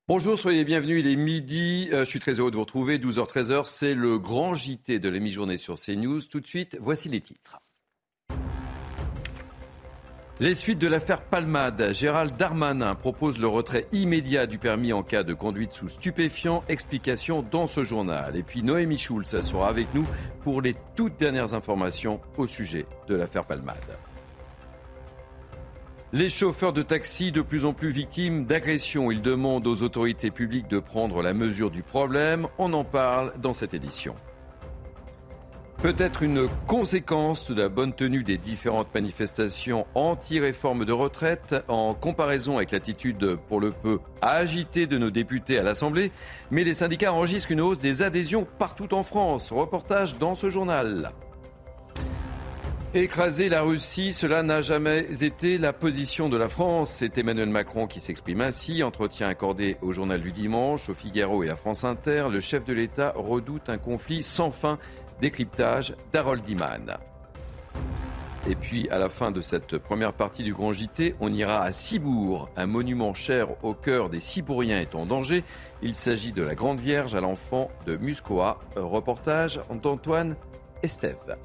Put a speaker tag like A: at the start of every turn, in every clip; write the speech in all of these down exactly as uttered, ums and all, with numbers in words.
A: Bonjour, soyez les bienvenus, il est midi, euh, je suis très heureux de vous retrouver, douze heures treize heures, c'est le grand J T de la mi-journée sur CNews. Tout de suite, voici les titres. Les suites de l'affaire Palmade, Gérald Darmanin propose le retrait immédiat du permis en cas de conduite sous stupéfiants, explication dans ce journal. Et puis Noémie Schulz sera avec nous pour les toutes dernières informations au sujet de l'affaire Palmade. Les chauffeurs de taxi de plus en plus victimes d'agressions. Ils demandent aux autorités publiques de prendre la mesure du problème. On en parle dans cette édition. Peut-être une conséquence de la bonne tenue des différentes manifestations anti-réforme de retraite en comparaison avec l'attitude pour le peu agitée de nos députés à l'Assemblée. Mais les syndicats enregistrent une hausse des adhésions partout en France. Reportage dans ce journal. Écraser la Russie, cela n'a jamais été la position de la France. C'est Emmanuel Macron qui s'exprime ainsi. Entretien accordé au Journal du Dimanche, au Figaro et à France Inter. Le chef de l'État redoute un conflit sans fin. Décryptage d'Harold Iman. Et puis, à la fin de cette première partie du Grand J T, on ira à Cibourg. Un monument cher au cœur des Cibouriens est en danger. Il s'agit de la Grande Vierge à l'enfant de Muscoa. Reportage d'Antoine Estève.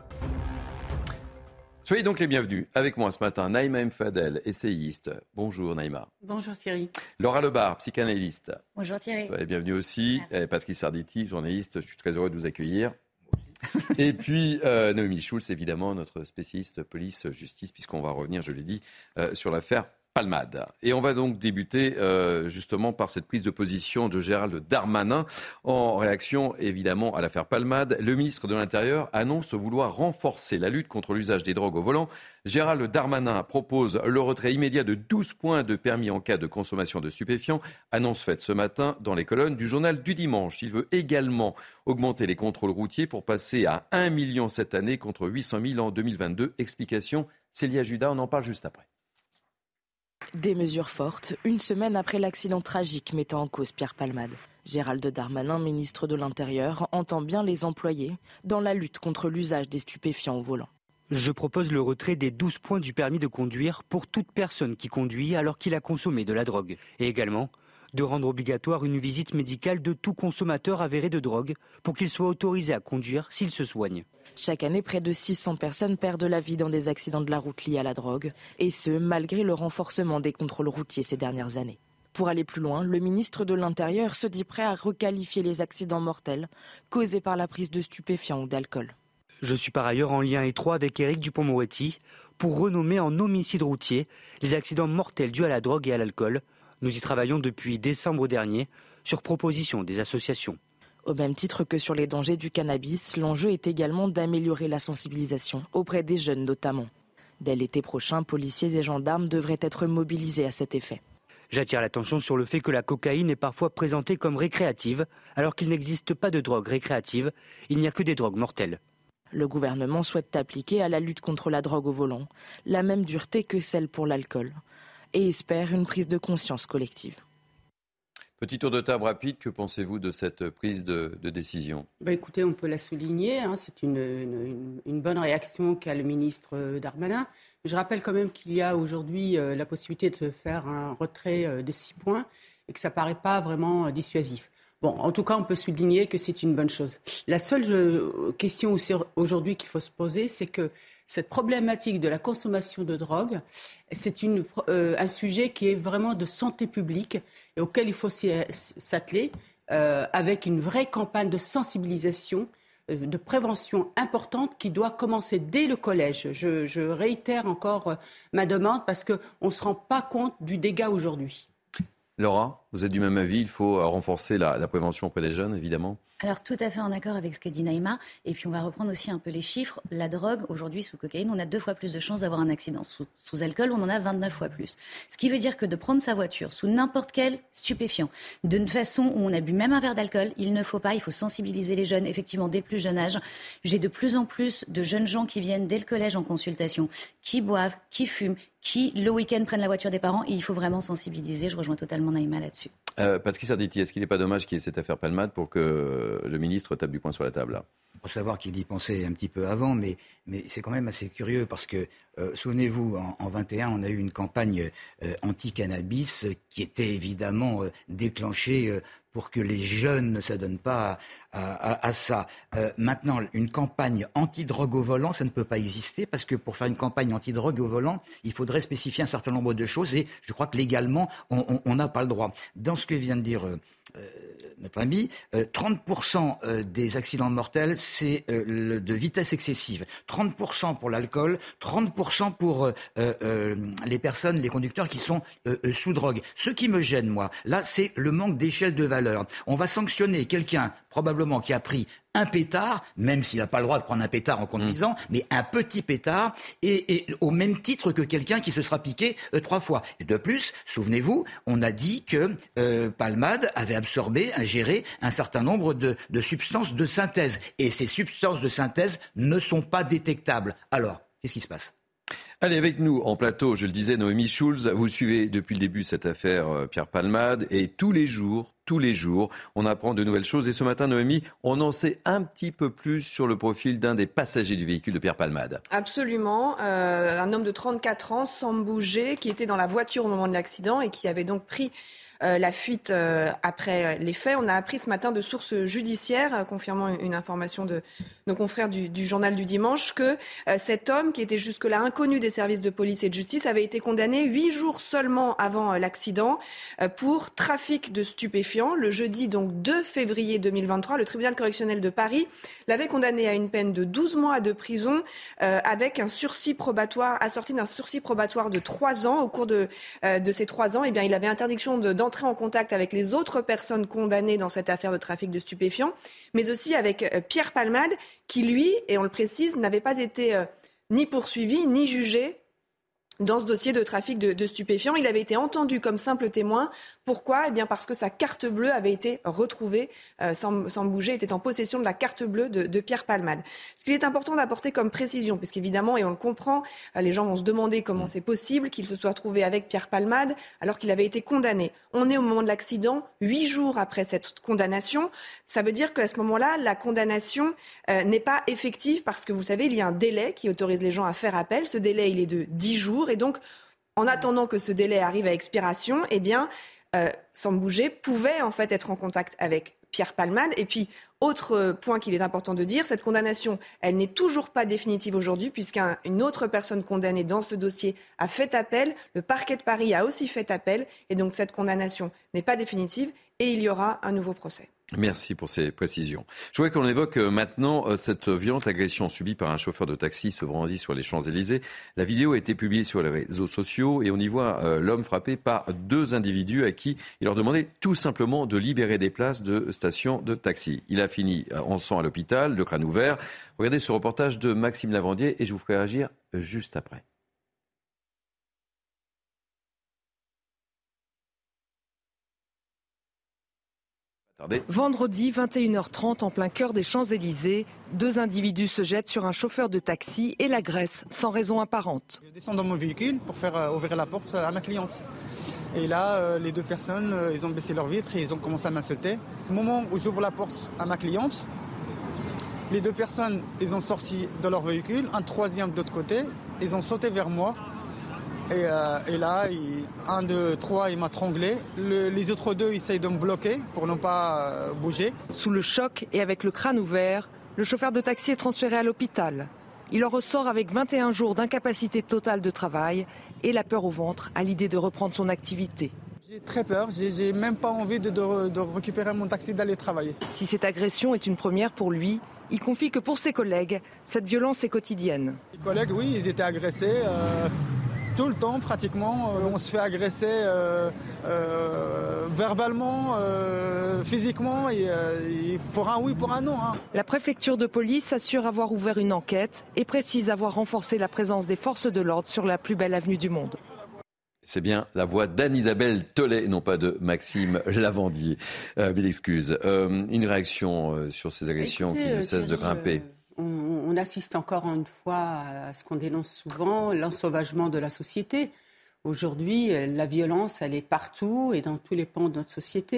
A: Soyez donc les bienvenus. Avec moi ce matin, Naïma M. Fadel, essayiste. Bonjour Naïma.
B: Bonjour Thierry.
A: Laura Lebar, psychanalyste.
C: Bonjour Thierry.
A: Soyez bienvenue aussi. Et Patrice Arditi, journaliste. Je suis très heureux de vous accueillir. Et puis euh, Noémie Schulz, évidemment, notre spécialiste police-justice, puisqu'on va revenir, je l'ai dit, euh, sur l'affaire Palmade. Et on va donc débuter euh, justement par cette prise de position de Gérald Darmanin en réaction évidemment à l'affaire Palmade. Le ministre de l'Intérieur annonce vouloir renforcer la lutte contre l'usage des drogues au volant. Gérald Darmanin propose le retrait immédiat de douze points de permis en cas de consommation de stupéfiants. Annonce faite ce matin dans les colonnes du Journal du Dimanche. Il veut également augmenter les contrôles routiers pour passer à un million cette année contre huit cent mille en deux mille vingt-deux. Explication, Célia Judas, on en parle juste après.
D: Des mesures fortes, une semaine après l'accident tragique mettant en cause Pierre Palmade. Gérald Darmanin, ministre de l'Intérieur, entend bien les employer dans la lutte contre l'usage des stupéfiants au volant.
E: Je propose le retrait des douze points du permis de conduire pour toute personne qui conduit alors qu'il a consommé de la drogue. Et également de rendre obligatoire une visite médicale de tout consommateur avéré de drogue pour qu'il soit autorisé à conduire s'il se soigne.
D: Chaque année, près de six cents personnes perdent la vie dans des accidents de la route liés à la drogue, et ce, malgré le renforcement des contrôles routiers ces dernières années. Pour aller plus loin, le ministre de l'Intérieur se dit prêt à requalifier les accidents mortels causés par la prise de stupéfiants ou d'alcool.
E: Je suis par ailleurs en lien étroit avec Éric Dupond-Moretti pour renommer en homicide routier les accidents mortels dus à la drogue et à l'alcool. Nous y travaillons depuis décembre dernier sur proposition des associations.
D: Au même titre que sur les dangers du cannabis, l'enjeu est également d'améliorer la sensibilisation auprès des jeunes notamment. Dès l'été prochain, policiers et gendarmes devraient être mobilisés à cet effet.
E: J'attire l'attention sur le fait que la cocaïne est parfois présentée comme récréative, alors qu'il n'existe pas de drogue récréative, il n'y a que des drogues mortelles.
D: Le gouvernement souhaite appliquer à la lutte contre la drogue au volant la même dureté que celle pour l'alcool et espère une prise de conscience collective.
A: Petit tour de table rapide, que pensez-vous de cette prise de, de décision ?
B: Bah écoutez, on peut la souligner, hein, c'est une, une, une bonne réaction qu'a le ministre Darmanin. Je rappelle quand même qu'il y a aujourd'hui euh, la possibilité de faire un retrait euh, de six points et que ça ne paraît pas vraiment euh, dissuasif. Bon, en tout cas, on peut souligner que c'est une bonne chose. La seule euh, question aussi aujourd'hui qu'il faut se poser, c'est que cette problématique de la consommation de drogue, c'est une, euh, un sujet qui est vraiment de santé publique et auquel il faut s'atteler euh, avec une vraie campagne de sensibilisation, euh, de prévention importante qui doit commencer dès le collège. Je, je réitère encore euh, ma demande parce qu'on ne se rend pas compte du dégât aujourd'hui.
A: Laura, vous êtes du même avis, il faut renforcer la, la prévention auprès des jeunes, évidemment.
C: Alors tout à fait en accord avec ce que dit Naïma. Et puis on va reprendre aussi un peu les chiffres. La drogue, aujourd'hui, sous cocaïne, on a deux fois plus de chances d'avoir un accident. Sous, sous alcool, on en a vingt-neuf fois plus. Ce qui veut dire que de prendre sa voiture sous n'importe quel stupéfiant, d'une façon où on a bu même un verre d'alcool, il ne faut pas, il faut sensibiliser les jeunes, effectivement, dès le plus jeune âge. J'ai de plus en plus de jeunes gens qui viennent dès le collège en consultation, qui boivent, qui fument, qui, le week-end, prennent la voiture des parents. Et il faut vraiment sensibiliser. Je rejoins totalement Naïma là-dessus.
A: Euh, Patrice Arditi, est-ce qu'il n'est pas dommage qu'il y ait cette affaire Palmade pour que le ministre tape du poing sur la table là ?
F: faut savoir qu'il y pensait un petit peu avant, mais, mais c'est quand même assez curieux parce que, euh, souvenez-vous, en, en vingt et un, on a eu une campagne euh, anti-cannabis qui était évidemment euh, déclenchée euh, pour que les jeunes ne s'adonnent pas à, à, à ça. Euh, maintenant, une campagne anti-drogue au volant, ça ne peut pas exister parce que pour faire une campagne anti-drogue au volant, il faudrait spécifier un certain nombre de choses et je crois que légalement, on n'a pas le droit. Dans ce que vient de dire euh, euh, notre ami, euh, trente pour cent des accidents mortels, c'est euh, le, de vitesse excessive. trente pour cent pour l'alcool, trente pour cent pour euh, euh, les personnes, les conducteurs qui sont euh, euh, sous drogue. Ce qui me gêne, moi, là, c'est le manque d'échelle de valeur. On va sanctionner quelqu'un, probablement, qui a pris un pétard, même s'il n'a pas le droit de prendre un pétard en conduisant, mmh. mais un petit pétard, et, et au même titre que quelqu'un qui se sera piqué euh, trois fois. Et de plus, souvenez-vous, on a dit que euh, Palmade avait absorbé, ingéré un certain nombre de, de substances de synthèse. Et ces substances de synthèse ne sont pas détectables. Alors, qu'est-ce qui se passe ?
A: Allez, avec nous en plateau, je le disais, Noémie Schulz. Vous suivez depuis le début cette affaire euh, Pierre Palmade et tous les jours, tous les jours, on apprend de nouvelles choses. Et ce matin, Noémie, on en sait un petit peu plus sur le profil d'un des passagers du véhicule de Pierre Palmade.
G: Absolument. Euh, un homme de trente-quatre ans, sans bouger, qui était dans la voiture au moment de l'accident et qui avait donc pris Euh, la fuite euh, après les faits. On a appris ce matin de sources judiciaires, euh, confirmant une, une information de nos confrères du, du journal du dimanche, que euh, cet homme, qui était jusque-là inconnu des services de police et de justice, avait été condamné huit jours seulement avant euh, l'accident euh, pour trafic de stupéfiants. Le jeudi, donc deux février deux mille vingt-trois, le tribunal correctionnel de Paris l'avait condamné à une peine de douze mois de prison euh, avec un sursis probatoire, assorti d'un sursis probatoire de trois ans. Au cours de, euh, de ces trois ans, eh bien, il avait interdiction de, d'entrer en contact avec les autres personnes condamnées dans cette affaire de trafic de stupéfiants, mais aussi avec euh, Pierre Palmade, qui lui, et on le précise, n'avait pas été euh, ni poursuivi, ni jugé dans ce dossier de trafic de, de stupéfiants. Il avait été entendu comme simple témoin. Pourquoi ? Eh bien parce que sa carte bleue avait été retrouvée euh, sans, sans bouger, était en possession de la carte bleue de, de Pierre Palmade. Ce qu'il est important d'apporter comme précision, puisqu'évidemment, et on le comprend, euh, les gens vont se demander comment c'est possible qu'il se soit trouvé avec Pierre Palmade alors qu'il avait été condamné. On est au moment de l'accident, huit jours après cette condamnation. Ça veut dire qu'à ce moment-là, la condamnation euh, n'est pas effective parce que vous savez, il y a un délai qui autorise les gens à faire appel. Ce délai, il est de dix jours. Et donc, en attendant que ce délai arrive à expiration, eh bien, euh, sans bouger, pouvait en fait être en contact avec Pierre Palmade. Et puis, autre point qu'il est important de dire, cette condamnation, elle n'est toujours pas définitive aujourd'hui, puisqu'une autre personne condamnée dans ce dossier a fait appel. Le parquet de Paris a aussi fait appel. Et donc, cette condamnation n'est pas définitive et il y aura un nouveau procès.
A: Merci pour ces précisions. Je voudrais qu'on évoque maintenant cette violente agression subie par un chauffeur de taxi ce vendredi sur les Champs-Élysées. La vidéo a été publiée sur les réseaux sociaux et on y voit euh, l'homme frappé par deux individus à qui il leur demandait tout simplement de libérer des places de station de taxi. Il a fini en sang à l'hôpital, le crâne ouvert. Regardez ce reportage de Maxime Lavandier et je vous ferai réagir juste après.
D: Vendredi, vingt et une heures trente, en plein cœur des Champs-Élysées, deux individus se jettent sur un chauffeur de taxi et l'agressent sans raison apparente.
H: Je descends dans mon véhicule pour faire euh, ouvrir la porte à ma cliente. Et là, euh, les deux personnes, euh, ils ont baissé leur vitre et ils ont commencé à m'insulter. Au moment où j'ouvre la porte à ma cliente, les deux personnes, ils ont sorti de leur véhicule, un troisième de l'autre côté, ils ont sauté vers moi. Et, euh, et là, il, un, deux, trois, il m'a tronglé. Le, les autres deux essayent de me bloquer pour ne pas euh, bouger.
D: Sous le choc et avec le crâne ouvert, le chauffeur de taxi est transféré à l'hôpital. Il en ressort avec vingt et un jours d'incapacité totale de travail et la peur au ventre à l'idée de reprendre son activité.
H: J'ai très peur, j'ai, j'ai même pas envie de, de, de récupérer mon taxi, d'aller travailler.
D: Si cette agression est une première pour lui, il confie que pour ses collègues, cette violence est quotidienne.
H: Les collègues, oui, ils étaient agressés. Euh... Tout le temps, pratiquement, euh, on se fait agresser euh, euh, verbalement, euh, physiquement, et, euh, et pour un oui, pour un non. Hein.
D: La préfecture de police assure avoir ouvert une enquête et précise avoir renforcé la présence des forces de l'ordre sur la plus belle avenue du monde.
A: C'est bien la voix d'Anne-Isabelle Tollet, non pas de Maxime Lavandier. Euh, mille excuses. Euh, une réaction euh, sur ces agressions Écoutez, qui ne cessent de grimper.
B: Euh... On, on assiste encore une fois à ce qu'on dénonce souvent, l'ensauvagement de la société. Aujourd'hui, la violence, elle est partout et dans tous les pans de notre société.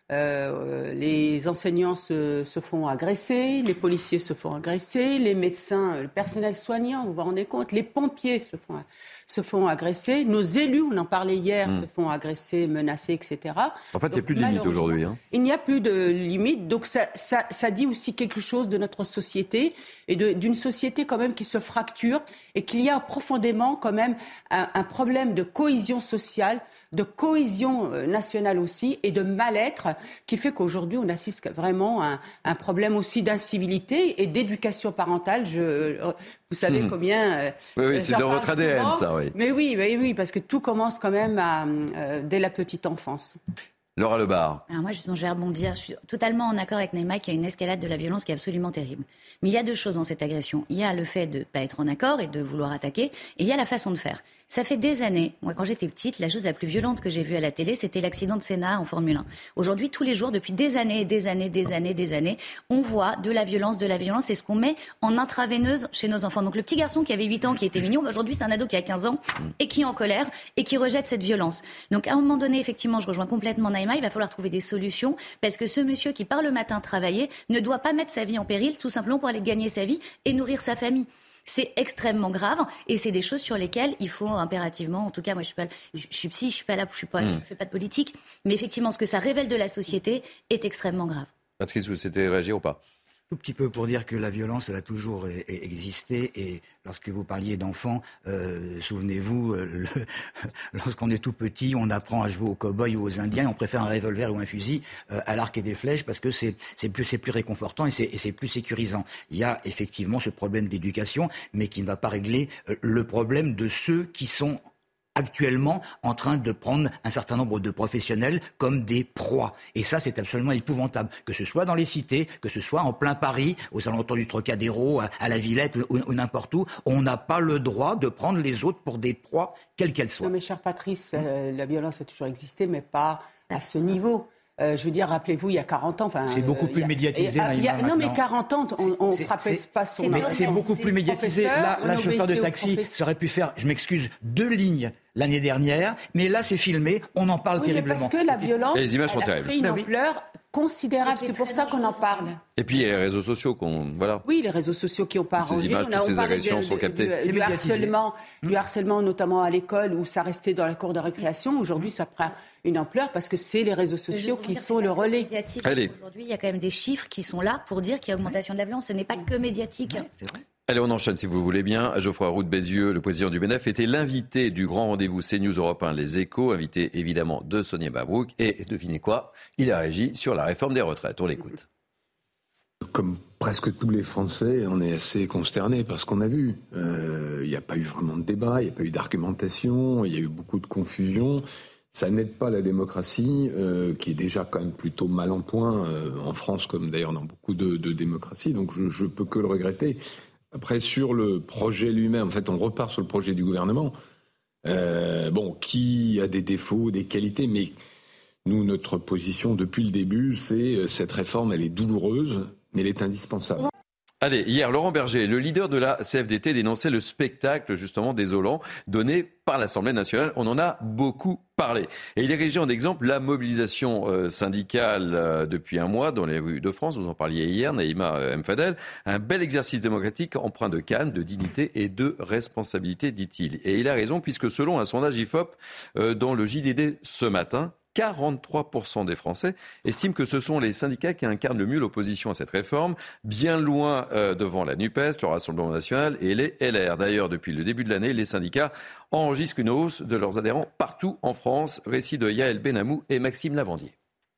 B: Euh, les enseignants se, se font agresser, les policiers se font agresser, les médecins, le personnel soignant, vous vous rendez compte, les pompiers se font, se font agresser, nos élus, on en parlait hier, mmh. se font agresser, menacer, et cetera.
A: En fait, il n'y a plus de limite aujourd'hui. Hein.
B: Il n'y a plus de limite, donc ça, ça, ça dit aussi quelque chose de notre société et de, d'une société quand même qui se fracture et qu'il y a profondément quand même un, un problème de cohésion sociale, de cohésion nationale aussi et de mal-être qui fait qu'aujourd'hui on assiste vraiment à un, un problème aussi d'incivilité et d'éducation parentale. Je, vous savez mmh. combien...
A: Oui, oui c'est dans votre A D N
B: souvent,
A: ça, oui.
B: Mais oui, oui, oui, parce que tout commence quand même à, euh, dès la petite enfance.
A: Laura Lebar.
C: Alors moi, justement, je vais rebondir. Je suis totalement en accord avec Naïma qu'il y a une escalade de la violence qui est absolument terrible. Mais il y a deux choses dans cette agression. Il y a le fait de ne pas être en accord et de vouloir attaquer, et il y a la façon de faire. Ça fait des années, moi quand j'étais petite, la chose la plus violente que j'ai vue à la télé, c'était l'accident de Senna en Formule un. Aujourd'hui, tous les jours, depuis des années, des années, des années, des années, on voit de la violence, de la violence, c'est ce qu'on met en intraveineuse chez nos enfants. Donc le petit garçon qui avait huit ans, qui était mignon, aujourd'hui c'est un ado qui a quinze ans et qui est en colère et qui rejette cette violence. Donc à un moment donné, effectivement, je rejoins complètement Naïma, il va falloir trouver des solutions parce que ce monsieur qui part le matin travailler ne doit pas mettre sa vie en péril, tout simplement pour aller gagner sa vie et nourrir sa famille. C'est extrêmement grave et c'est des choses sur lesquelles il faut impérativement, en tout cas moi je suis pas, je, je suis psy, je suis pas là, je suis pas, mmh. je fais pas de politique, mais effectivement ce que ça révèle de la société est extrêmement grave.
A: Patrice, vous souhaitez réagir ou pas ?
F: Tout petit peu pour dire que la violence, elle a toujours existé. Et lorsque vous parliez d'enfants, euh, souvenez-vous, euh, le, lorsqu'on est tout petit, on apprend à jouer aux cow-boys ou aux Indiens. On préfère un revolver ou un fusil euh, à l'arc et des flèches parce que c'est, c'est, plus, c'est plus réconfortant et c'est, et c'est plus sécurisant. Il y a effectivement ce problème d'éducation, mais qui ne va pas régler euh, le problème de ceux qui sont actuellement en train de prendre un certain nombre de professionnels comme des proies. Et ça, c'est absolument épouvantable. Que ce soit dans les cités, que ce soit en plein Paris, aux alentours du Trocadéro, à, à la Villette ou, ou n'importe où, on n'a pas le droit de prendre les autres pour des proies, quelles qu'elles soient.
B: Non mais cher Patrice, euh, la violence a toujours existé, mais pas à ce niveau. Euh, je veux dire, rappelez-vous, il y a quarante ans... Enfin,
F: c'est beaucoup plus
B: euh,
F: médiatisé,
B: a,
F: Naïma,
B: a, Non, mais quarante ans, on ne frappait pas son...
F: Mais c'est beaucoup plus médiatisé. Là, là chauffeur de taxi, ça aurait pu faire, je m'excuse, deux lignes l'année dernière, mais là, c'est filmé, on en parle
B: oui,
F: terriblement.
B: Parce que la violence,
A: les images sont
B: elle a pris une
A: ben
B: ampleur oui. considérable, c'est pour ça qu'on en parle.
A: Et puis, il y a les réseaux sociaux qu'on... Voilà.
B: Oui, les réseaux sociaux qui ont pas
A: Ces images,
B: on a,
A: toutes
B: on
A: ces agressions
B: de,
A: sont captées.
B: Du, du, du, harcèlement, mmh. du harcèlement, notamment à l'école, où ça restait dans la cour de récréation. Aujourd'hui, ça prend une ampleur parce que c'est les réseaux sociaux qui sont le relais.
C: Allez. Aujourd'hui, il y a quand même des chiffres qui sont là pour dire qu'il y a augmentation de la violence. Ce n'est pas que médiatique.
F: Ouais, c'est vrai.
A: Allez, on enchaîne si vous le voulez bien. Geoffroy Roux de Bézieux, le président du B N F, était l'invité du grand rendez-vous CNews Europe un Les Échos, invité évidemment de Sonia Mabrouk. Et devinez quoi ? Il a réagi sur la réforme des retraites. On l'écoute.
I: Comme presque tous les Français, on est assez consternés par ce qu'on a vu. Il euh, n'y a pas eu vraiment de débat, il n'y a pas eu d'argumentation, il y a eu beaucoup de confusion. Ça n'aide pas la démocratie, euh, qui est déjà quand même plutôt mal en point, euh, en France comme d'ailleurs dans beaucoup de, de démocraties. Donc je ne peux que le regretter. Après, sur le projet lui-même, en fait, on repart sur le projet du gouvernement, euh, bon, qui a des défauts, des qualités, mais nous, notre position depuis le début, c'est euh, cette réforme, elle est douloureuse, mais elle est indispensable.
A: Allez, hier, Laurent Berger, le leader de la C F D T, dénonçait le spectacle justement désolant donné par l'Assemblée nationale. On en a beaucoup parlé. Et il érigeait en exemple la mobilisation euh, syndicale euh, depuis un mois dans les rues de France. Vous en parliez hier, Naïma euh, Mfadel. Un bel exercice démocratique empreint de calme, de dignité et de responsabilité, dit-il. Et il a raison puisque selon un sondage I F O P euh, dans le J D D ce matin, quarante-trois pour cent des Français estiment que ce sont les syndicats qui incarnent le mieux l'opposition à cette réforme, bien loin euh, devant la NUPES, le Rassemblement national et les L R. D'ailleurs, depuis le début de l'année, les syndicats enregistrent une hausse de leurs adhérents partout en France. Récit de Yael Benamou et Maxime Lavandier.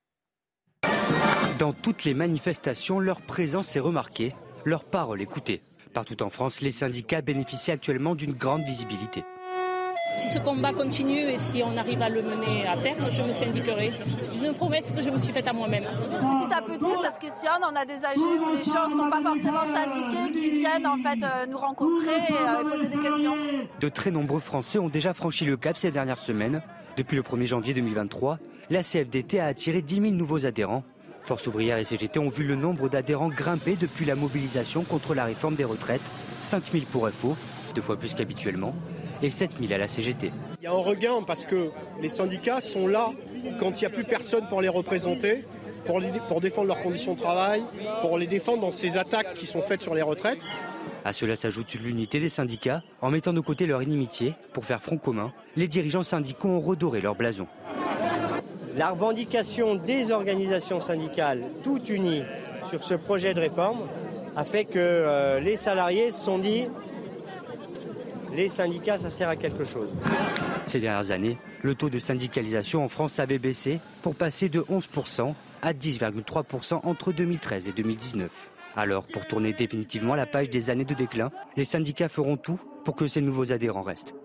E: Dans toutes les manifestations, leur présence est remarquée, leur parole écoutée. Partout en France, les syndicats bénéficient actuellement d'une grande visibilité.
J: Si ce combat continue et si on arrive à le mener à terme, je me syndiquerai. C'est une promesse que je me suis faite à moi-même.
K: Petit à petit, ça se questionne. On a des A G où les gens ne sont pas forcément syndiqués, qui viennent en fait euh, nous rencontrer et euh, poser des questions.
E: De très nombreux Français ont déjà franchi le cap ces dernières semaines. Depuis le premier janvier deux mille vingt-trois, la C F D T a attiré dix mille nouveaux adhérents. Force ouvrière et C G T ont vu le nombre d'adhérents grimper depuis la mobilisation contre la réforme des retraites. cinq mille pour F O, deux fois plus qu'habituellement, et sept mille à la C G T.
L: Il y a un regain parce que les syndicats sont là quand il n'y a plus personne pour les représenter, pour, les, pour défendre leurs conditions de travail, pour les défendre dans ces attaques qui sont faites sur les retraites.
E: À cela s'ajoute l'unité des syndicats. En mettant de côté leur inimitié pour faire front commun, les dirigeants syndicaux ont redoré leur blason.
M: La revendication des organisations syndicales, toutes unies sur ce projet de réforme, a fait que euh, les salariés se sont dit « les syndicats, ça sert à quelque chose ».
E: Ces dernières années, le taux de syndicalisation en France avait baissé pour passer de onze pour cent à dix virgule trois pour cent entre deux mille treize et deux mille dix-neuf. Alors, pour tourner définitivement la page des années de déclin, les syndicats feront tout pour que ces nouveaux adhérents restent.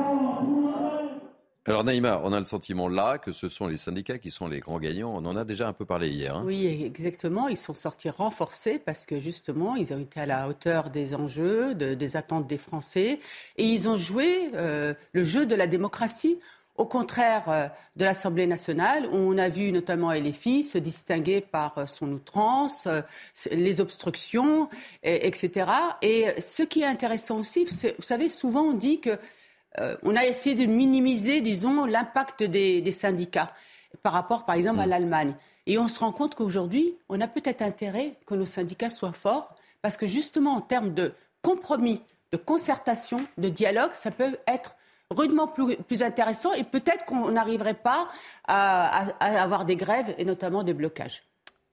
A: Alors Naïma, on a le sentiment là que ce sont les syndicats qui sont les grands gagnants. On en a déjà un peu parlé hier. Hein.
B: Oui, exactement. Ils sont sortis renforcés parce que justement, ils ont été à la hauteur des enjeux, de, des attentes des Français. Et ils ont joué euh, le jeu de la démocratie. Au contraire euh, de l'Assemblée nationale, où on a vu notamment L F I se distinguer par euh, son outrance, euh, les obstructions, et, et cetera. Et ce qui est intéressant aussi, c'est, vous savez, souvent on dit que Euh, on a essayé de minimiser, disons, l'impact des, des syndicats par rapport, par exemple, à l'Allemagne. Et on se rend compte qu'aujourd'hui, on a peut-être intérêt que nos syndicats soient forts parce que justement, en termes de compromis, de concertation, de dialogue, ça peut être rudement plus, plus intéressant et peut-être qu'on n'arriverait pas à, à, à avoir des grèves et notamment des blocages.
A: Patrice ?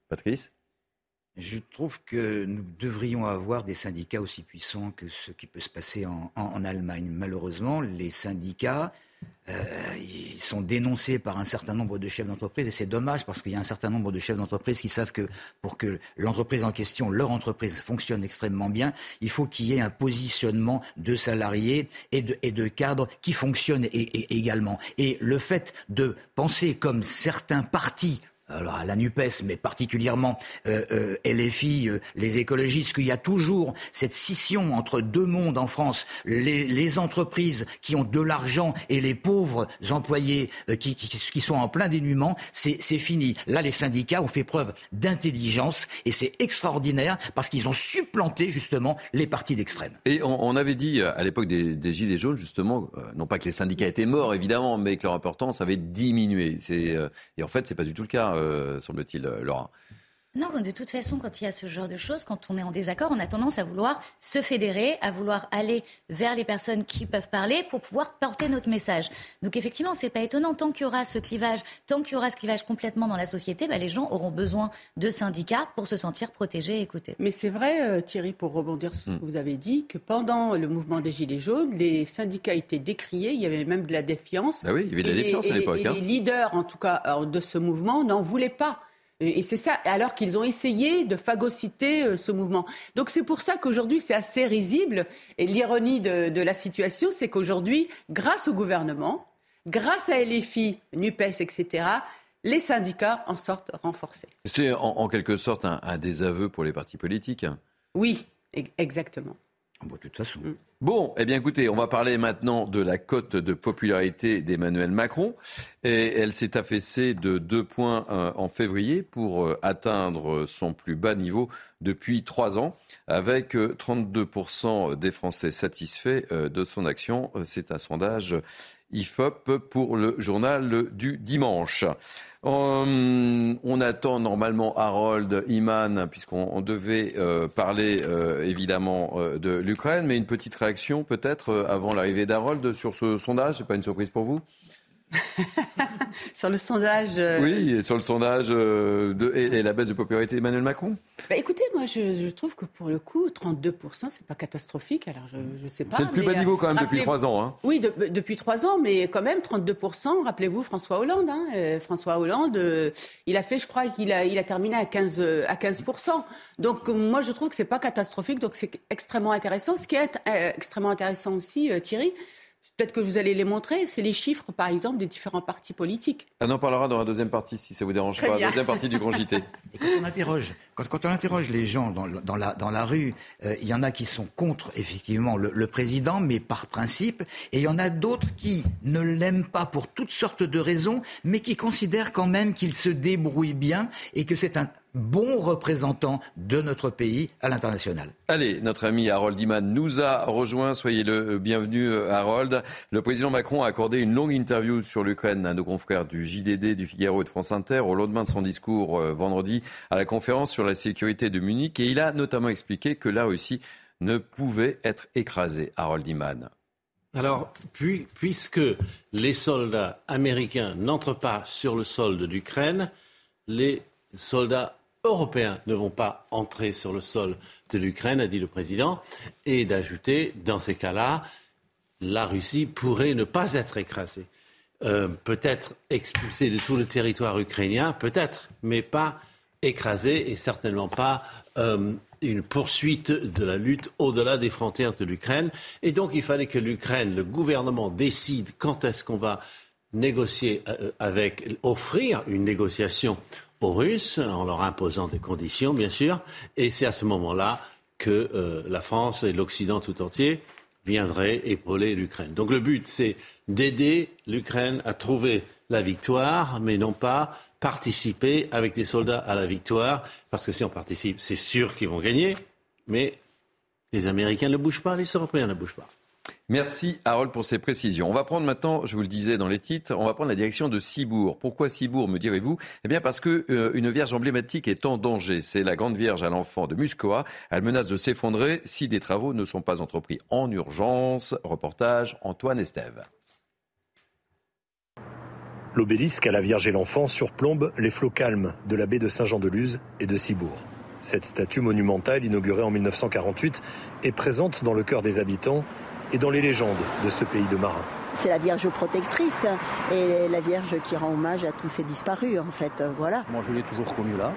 F: Je trouve que nous devrions avoir des syndicats aussi puissants que ce qui peut se passer en, en, en Allemagne. Malheureusement, les syndicats euh, ils sont dénoncés par un certain nombre de chefs d'entreprise et c'est dommage parce qu'il y a un certain nombre de chefs d'entreprise qui savent que pour que l'entreprise en question, leur entreprise, fonctionne extrêmement bien, il faut qu'il y ait un positionnement de salariés et de, et de cadres qui fonctionne et, et, également. Et le fait de penser comme certains partis, alors à la NUPES, mais particulièrement euh, euh, L F I, euh, les écologistes, qu'il y a toujours cette scission entre deux mondes en France, les, les entreprises qui ont de l'argent et les pauvres employés euh, qui, qui, qui sont en plein dénuement, c'est, c'est fini. Là, les syndicats ont fait preuve d'intelligence et c'est extraordinaire parce qu'ils ont supplanté justement les partis d'extrême.
A: Et on, on avait dit à l'époque des, des Gilets jaunes, justement, euh, non pas que les syndicats étaient morts, évidemment, mais que leur importance avait diminué. C'est, euh, et en fait, c'est pas du tout le cas. Euh, semble-t-il, Laura.
C: Non, de toute façon, quand il y a ce genre de choses, quand on est en désaccord, on a tendance à vouloir se fédérer, à vouloir aller vers les personnes qui peuvent parler pour pouvoir porter notre message. Donc effectivement, c'est pas étonnant. Tant qu'il y aura ce clivage, tant qu'il y aura ce clivage complètement dans la société, bah, les gens auront besoin de syndicats pour se sentir protégés et écoutés.
B: Mais c'est vrai, euh, Thierry, pour rebondir sur ce que vous avez dit, que pendant le mouvement des Gilets jaunes, les syndicats étaient décriés, il y avait même de la défiance.
A: Ah oui, il y avait de la
B: et
A: défiance
B: les,
A: à l'époque.
B: Et, hein. et les leaders, en tout cas, de ce mouvement, n'en voulaient pas. Et c'est ça, alors qu'ils ont essayé de phagocyter ce mouvement. Donc c'est pour ça qu'aujourd'hui c'est assez risible. Et l'ironie de, de la situation, c'est qu'aujourd'hui, grâce au gouvernement, grâce à L F I, NUPES, et cetera, les syndicats en sortent renforcés.
A: C'est en, en quelque sorte un, un désaveu pour les partis politiques.
B: Oui, exactement.
F: Bon, de toute façon.
B: Mm.
A: Bon, eh bien écoutez, on va parler maintenant de la cote de popularité d'Emmanuel Macron. Et elle s'est affaissée de deux points euh, en février pour euh, atteindre son plus bas niveau depuis trois ans, avec euh, trente-deux pour cent des Français satisfaits euh, de son action. C'est un sondage I F O P pour le journal du dimanche. On, on attend normalement Harold Iman, puisqu'on on devait euh, parler euh, évidemment euh, de l'Ukraine, mais une petite réaction peut-être euh, avant l'arrivée d'Harold sur ce sondage, c'est pas une surprise pour vous ?
B: Sur le sondage euh...
A: Oui, et sur le sondage euh, de, et, et la baisse de popularité d'Emmanuel Macron.
B: Bah écoutez, moi je, je trouve que pour le coup, trente-deux pour cent, c'est pas catastrophique. Alors je, je sais pas.
A: C'est le plus bas niveau quand même depuis trois ans. Hein.
B: Oui, de, depuis trois ans, mais quand même trente-deux pour cent. Rappelez-vous François Hollande. Hein, euh, François Hollande, euh, il a fait, je crois, qu'il a, il a terminé à quinze à quinze pour cent. Donc euh, moi je trouve que c'est pas catastrophique. Donc c'est extrêmement intéressant. Ce qui est euh, extrêmement intéressant aussi, euh, Thierry. Peut-être que vous allez les montrer, c'est les chiffres, par exemple, des différents partis politiques.
A: On en parlera dans la deuxième partie, si ça vous dérange
B: Très
A: pas,
B: bien.
A: la deuxième partie du Grand J T.
F: Et quand on interroge, quand, quand on interroge les gens dans, dans, la, dans la rue, euh, il y en a qui sont contre, effectivement, le, le président, mais par principe, et il y en a d'autres qui ne l'aiment pas pour toutes sortes de raisons, mais qui considèrent quand même qu'il se débrouille bien et que c'est un bon représentant de notre pays à l'international.
A: Allez, notre ami Harold Iman nous a rejoint. Soyez le bienvenu, Harold. Le président Macron a accordé une longue interview sur l'Ukraine à nos confrères du J D D, du Figaro et de France Inter au lendemain de son discours euh, vendredi à la conférence sur la sécurité de Munich. Et il a notamment expliqué que la Russie ne pouvait être écrasée. Harold Iman.
N: Alors, puis, puisque les soldats américains n'entrent pas sur le sol de l'Ukraine, les soldats européens ne vont pas entrer sur le sol de l'Ukraine, a dit le président, et d'ajouter, dans ces cas-là, la Russie pourrait ne pas être écrasée. Euh, peut-être expulsée de tout le territoire ukrainien, peut-être, mais pas écrasée et certainement pas euh, une poursuite de la lutte au-delà des frontières de l'Ukraine. Et donc, il fallait que l'Ukraine, le gouvernement, décide quand est-ce qu'on va négocier euh, avec, offrir une négociation aux Russes, en leur imposant des conditions, bien sûr, et c'est à ce moment-là que euh, la France et l'Occident tout entier viendraient épauler l'Ukraine. Donc le but, c'est d'aider l'Ukraine à trouver la victoire, mais non pas participer avec des soldats à la victoire, parce que si on participe, c'est sûr qu'ils vont gagner, mais les Américains ne bougent pas, les Européens ne bougent pas.
A: Merci Harold pour ces précisions. On va prendre maintenant, je vous le disais dans les titres, on va prendre la direction de Cibourg. Pourquoi Cibourg, me direz-vous ? Eh bien parce que euh, une vierge emblématique est en danger. C'est la Grande Vierge à l'Enfant de Muscoa. Elle menace de s'effondrer si des travaux ne sont pas entrepris en urgence. Reportage Antoine Estève.
O: L'obélisque à la Vierge et l'Enfant surplombe les flots calmes de la baie de Saint-Jean-de-Luz et de Cibourg. Cette statue monumentale, inaugurée en mille neuf cent quarante-huit, est présente dans le cœur des habitants et dans les légendes de ce pays de marins.
P: C'est la Vierge protectrice et la Vierge qui rend hommage à tous ces disparus, en fait, voilà.
Q: Moi, je l'ai toujours connue là.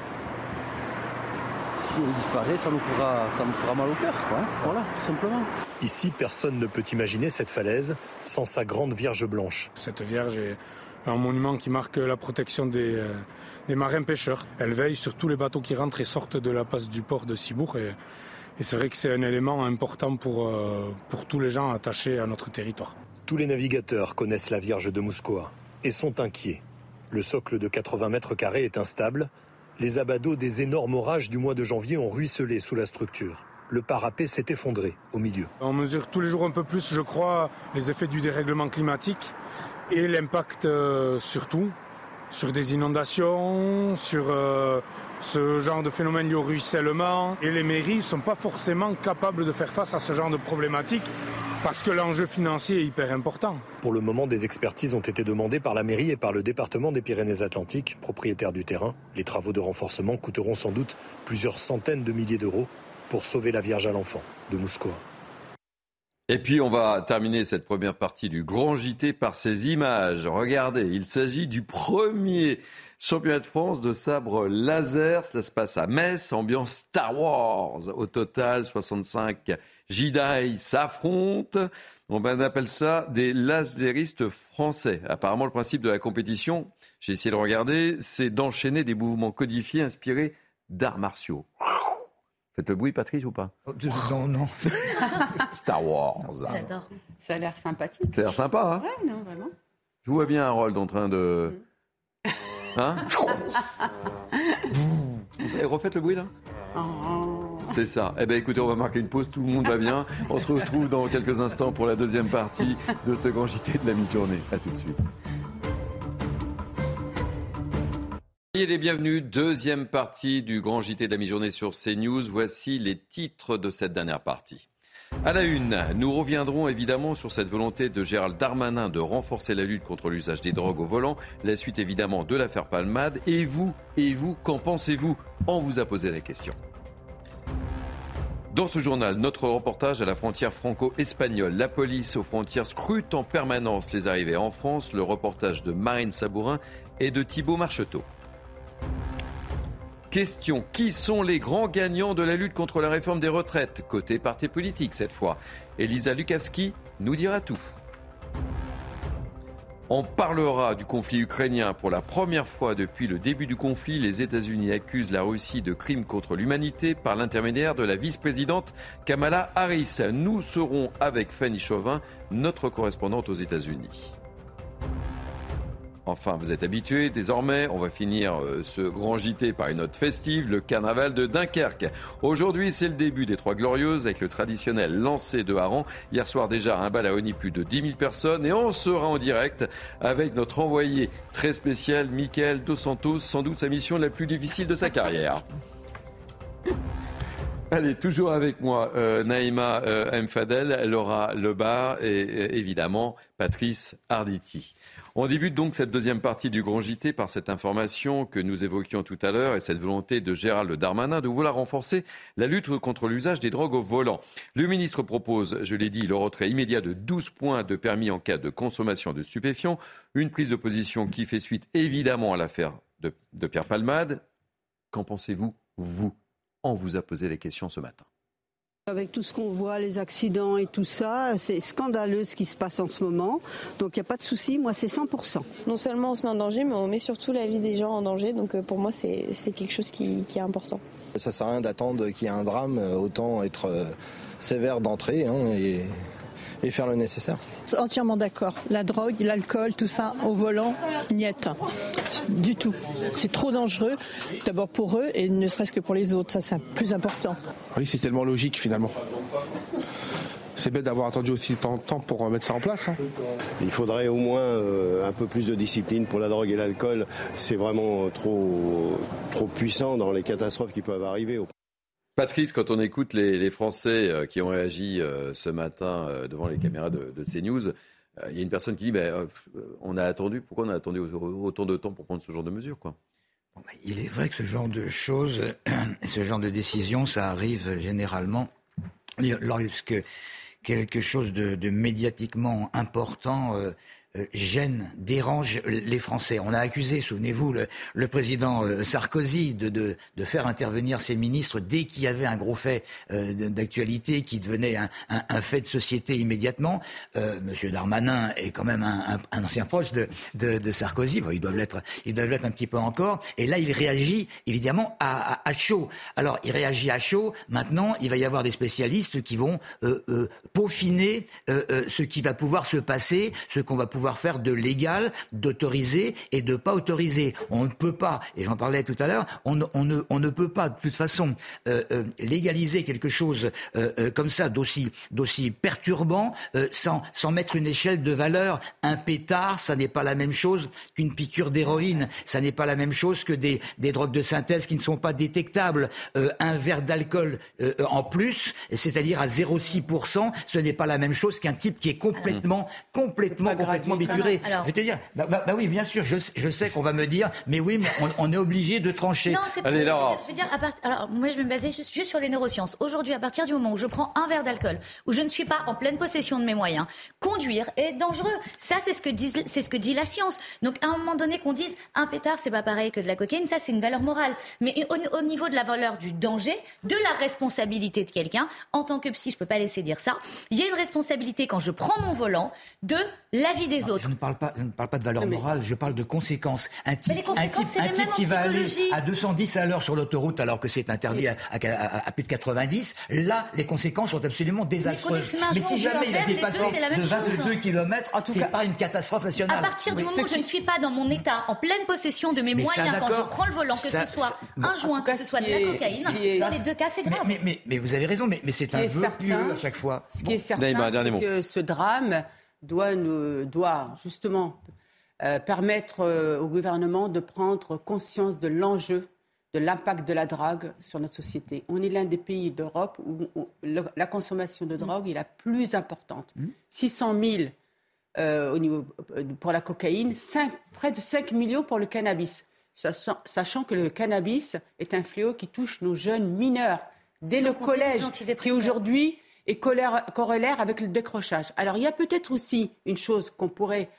Q: Si elle disparaît, ça nous fera, ça nous fera mal au cœur, quoi. Voilà, tout simplement.
O: Ici, personne ne peut imaginer cette falaise sans sa grande Vierge blanche.
R: Cette Vierge est un monument qui marque la protection des, euh, des marins pêcheurs. Elle veille sur tous les bateaux qui rentrent et sortent de la passe du port de Cibourg. Et, et c'est vrai que c'est un élément important pour, euh, pour tous les gens attachés à notre territoire.
O: Tous les navigateurs connaissent la Vierge de Muscoa et sont inquiets. Le socle de quatre-vingts mètres carrés est instable. Les abados des énormes orages du mois de janvier ont ruisselé sous la structure. Le parapet s'est effondré au milieu.
R: On mesure tous les jours un peu plus, je crois, les effets du dérèglement climatique et l'impact euh, surtout sur des inondations, sur euh, ce genre de phénomène lié au ruissellement. Et les mairies ne sont pas forcément capables de faire face à ce genre de problématiques parce que l'enjeu financier est hyper important.
O: Pour le moment, des expertises ont été demandées par la mairie et par le département des Pyrénées-Atlantiques, propriétaire du terrain. Les travaux de renforcement coûteront sans doute plusieurs centaines de milliers d'euros pour sauver la Vierge à l'Enfant de Muscoa.
A: Et puis on va terminer cette première partie du Grand J T par ces images. Regardez, il s'agit du premier championnat de France de sabre laser. Cela se passe à Metz, ambiance Star Wars. Au total, soixante-cinq Jedi s'affrontent. On appelle ça des laseristes français. Apparemment, le principe de la compétition, j'ai essayé de regarder, c'est d'enchaîner des mouvements codifiés inspirés d'arts martiaux. Faites le bruit, Patrice, ou pas ?
F: Non, non.
A: Star Wars.
B: J'adore. Ça a l'air sympathique.
A: Ça a l'air sympa, hein ?
B: Ouais, non, vraiment.
A: Je vois bien Harold en train de... Hein ? Et refaites le bruit, là ?
B: Oh.
A: C'est ça. Eh bien, écoutez, on va marquer une pause. Tout le monde va bien. On se retrouve dans quelques instants pour la deuxième partie de ce Grand J T de la mi-journée. À tout de suite. Les bienvenus, deuxième partie du Grand J T de la mi-journée sur CNews. Voici les titres de cette dernière partie. À la une, nous reviendrons évidemment sur cette volonté de Gérald Darmanin de renforcer la lutte contre l'usage des drogues au volant. La suite évidemment de l'affaire Palmade. Et vous, et vous, qu'en pensez-vous ? On vous a posé la question. Dans ce journal, notre reportage à la frontière franco-espagnole. La police aux frontières scrute en permanence les arrivées en France. Le reportage de Marine Sabourin et de Thibaut Marcheteau. Question, qui sont les grands gagnants de la lutte contre la réforme des retraites ? Côté parti politique cette fois. Elisa Lukavski nous dira tout. On parlera du conflit ukrainien. Pour la première fois depuis le début du conflit, les États-Unis accusent la Russie de crimes contre l'humanité par l'intermédiaire de la vice-présidente Kamala Harris. Nous serons avec Fanny Chauvin, notre correspondante aux États-Unis. Enfin, vous êtes habitués, désormais, on va finir ce grand J T par une note festive, le carnaval de Dunkerque. Aujourd'hui, c'est le début des Trois Glorieuses avec le traditionnel lancer de hareng. Hier soir déjà, un bal a réuni plus de dix mille personnes et on sera en direct avec notre envoyé très spécial, Mickaël Dos Santos, sans doute sa mission la plus difficile de sa carrière. Allez, toujours avec moi, euh, Naïma euh, M. Fadel, Laura Lebar et euh, évidemment Patrice Arditi. On débute donc cette deuxième partie du Grand J T par cette information que nous évoquions tout à l'heure et cette volonté de Gérald Darmanin de vouloir renforcer la lutte contre l'usage des drogues au volant. Le ministre propose, je l'ai dit, le retrait immédiat de douze points de permis en cas de consommation de stupéfiants. Une prise de position qui fait suite évidemment à l'affaire de, de Pierre Palmade. Qu'en pensez-vous, vous ? On vous a posé les questions ce matin.
S: Avec tout ce qu'on voit, les accidents et tout ça, c'est scandaleux ce qui se passe en ce moment. Donc il n'y a pas de souci, moi c'est cent pour cent.
T: Non seulement on se met en danger, mais on met surtout la vie des gens en danger. Donc pour moi c'est, c'est quelque chose qui, qui est important.
U: Ça ne sert à rien d'attendre qu'il y ait un drame, autant être sévère d'entrée hein, et, et faire le nécessaire.
V: Entièrement d'accord. La drogue, l'alcool, tout ça au volant, niet. Du tout. C'est trop dangereux, d'abord pour eux et ne serait-ce que pour les autres. Ça, c'est plus important.
W: Oui, c'est tellement logique finalement. C'est bête d'avoir attendu aussi tant de temps pour mettre ça en place. Hein.
X: Il faudrait au moins euh, un peu plus de discipline pour la drogue et l'alcool. C'est vraiment trop, trop puissant dans les catastrophes qui peuvent arriver.
A: Patrice, quand on écoute les, les Français qui ont réagi euh, ce matin euh, devant les caméras de, de CNews, il euh, y a une personne qui dit bah, euh, on a attendu, pourquoi on a attendu autant de temps pour prendre ce genre de mesures quoi ?
F: Bon, bah, il est vrai que ce genre de choses, ce genre de décisions, ça arrive généralement lorsque quelque chose de, de médiatiquement important euh, gêne, dérange les Français. On a accusé, souvenez-vous, le, le président Sarkozy de, de, de faire intervenir ses ministres dès qu'il y avait un gros fait euh, d'actualité qui devenait un, un, un fait de société immédiatement. Euh, Monsieur Darmanin est quand même un, un, un ancien proche de, de, de Sarkozy. Bon, ils doivent l'être, ils doivent l'être un petit peu encore. Et là, il réagit évidemment à, à, à chaud. Alors, il réagit à chaud. Maintenant, il va y avoir des spécialistes qui vont euh, euh, peaufiner euh, euh, ce qui va pouvoir se passer, ce qu'on va pouvoir faire de légal, d'autorisé et de pas autorisé. On ne peut pas, et j'en parlais tout à l'heure, on, on, ne, on ne peut pas de toute façon euh, euh, légaliser quelque chose euh, euh, comme ça, d'aussi, d'aussi perturbant, euh, sans, sans mettre une échelle de valeur. Un pétard, ça n'est pas la même chose qu'une piqûre d'héroïne, ça n'est pas la même chose que des, des drogues de synthèse qui ne sont pas détectables. Euh, un verre d'alcool euh, en plus, c'est-à-dire à zéro virgule six pour cent, ce n'est pas la même chose qu'un type qui est complètement, complètement, complètement bipuré. Alors, je vais te dire, bah, bah, bah oui, bien sûr, je, je sais qu'on va me dire, mais oui, mais on, on est obligé de trancher.
C: Non, c'est pas
A: Allez, Laura.
C: Je veux dire, à part... Alors, moi, je vais me baser juste, juste sur les neurosciences. Aujourd'hui, à partir du moment où je prends un verre d'alcool, où je ne suis pas en pleine possession de mes moyens, conduire est dangereux. Ça, c'est ce que dit, c'est ce que dit la science. Donc, à un moment donné, qu'on dise un pétard, c'est pas pareil que de la cocaïne, ça, c'est une valeur morale. Mais au, au niveau de la valeur du danger, de la responsabilité de quelqu'un, en tant que psy, je peux pas laisser dire ça. Il y a une responsabilité quand je prends mon volant de la vie des
F: non,
C: autres.
F: Je ne parle pas, je ne parle pas de valeur
C: mais...
F: morale, je parle de conséquences. Un type,
C: mais les conséquences,
F: un type,
C: c'est
F: un type qui va aller à deux cent dix à l'heure sur l'autoroute alors que c'est interdit à, à, à, à plus de quatre-vingt-dix, là, les conséquences sont absolument désastreuses. Mais, mais si jamais il a dépassé de vingt-deux kilomètres, c'est cas, pas une catastrophe nationale.
C: À partir du moment où je ne suis pas dans mon état, en pleine possession de mes mais moyens ça, quand je prends le volant, que ça, ce soit un joint, que ce soit de la cocaïne, dans les deux cas, c'est grave.
F: Mais, mais, mais vous avez raison, mais, mais c'est un vœu pieux à chaque fois.
B: Ce qui est certain, c'est que ce drame doit, nous, doit justement euh, permettre euh, au gouvernement de prendre conscience de l'enjeu, de l'impact de la drogue sur notre société. On est l'un des pays d'Europe où, où le, la consommation de drogue est la plus importante. Mmh. six cent mille euh, au niveau, pour la cocaïne, cinq, près de cinq millions pour le cannabis, sachant, sachant que le cannabis est un fléau qui touche nos jeunes mineurs dès le collège, qui aujourd'hui est corollaire avec le décrochage. Alors, il y a peut-être aussi une chose qu'on pourrait,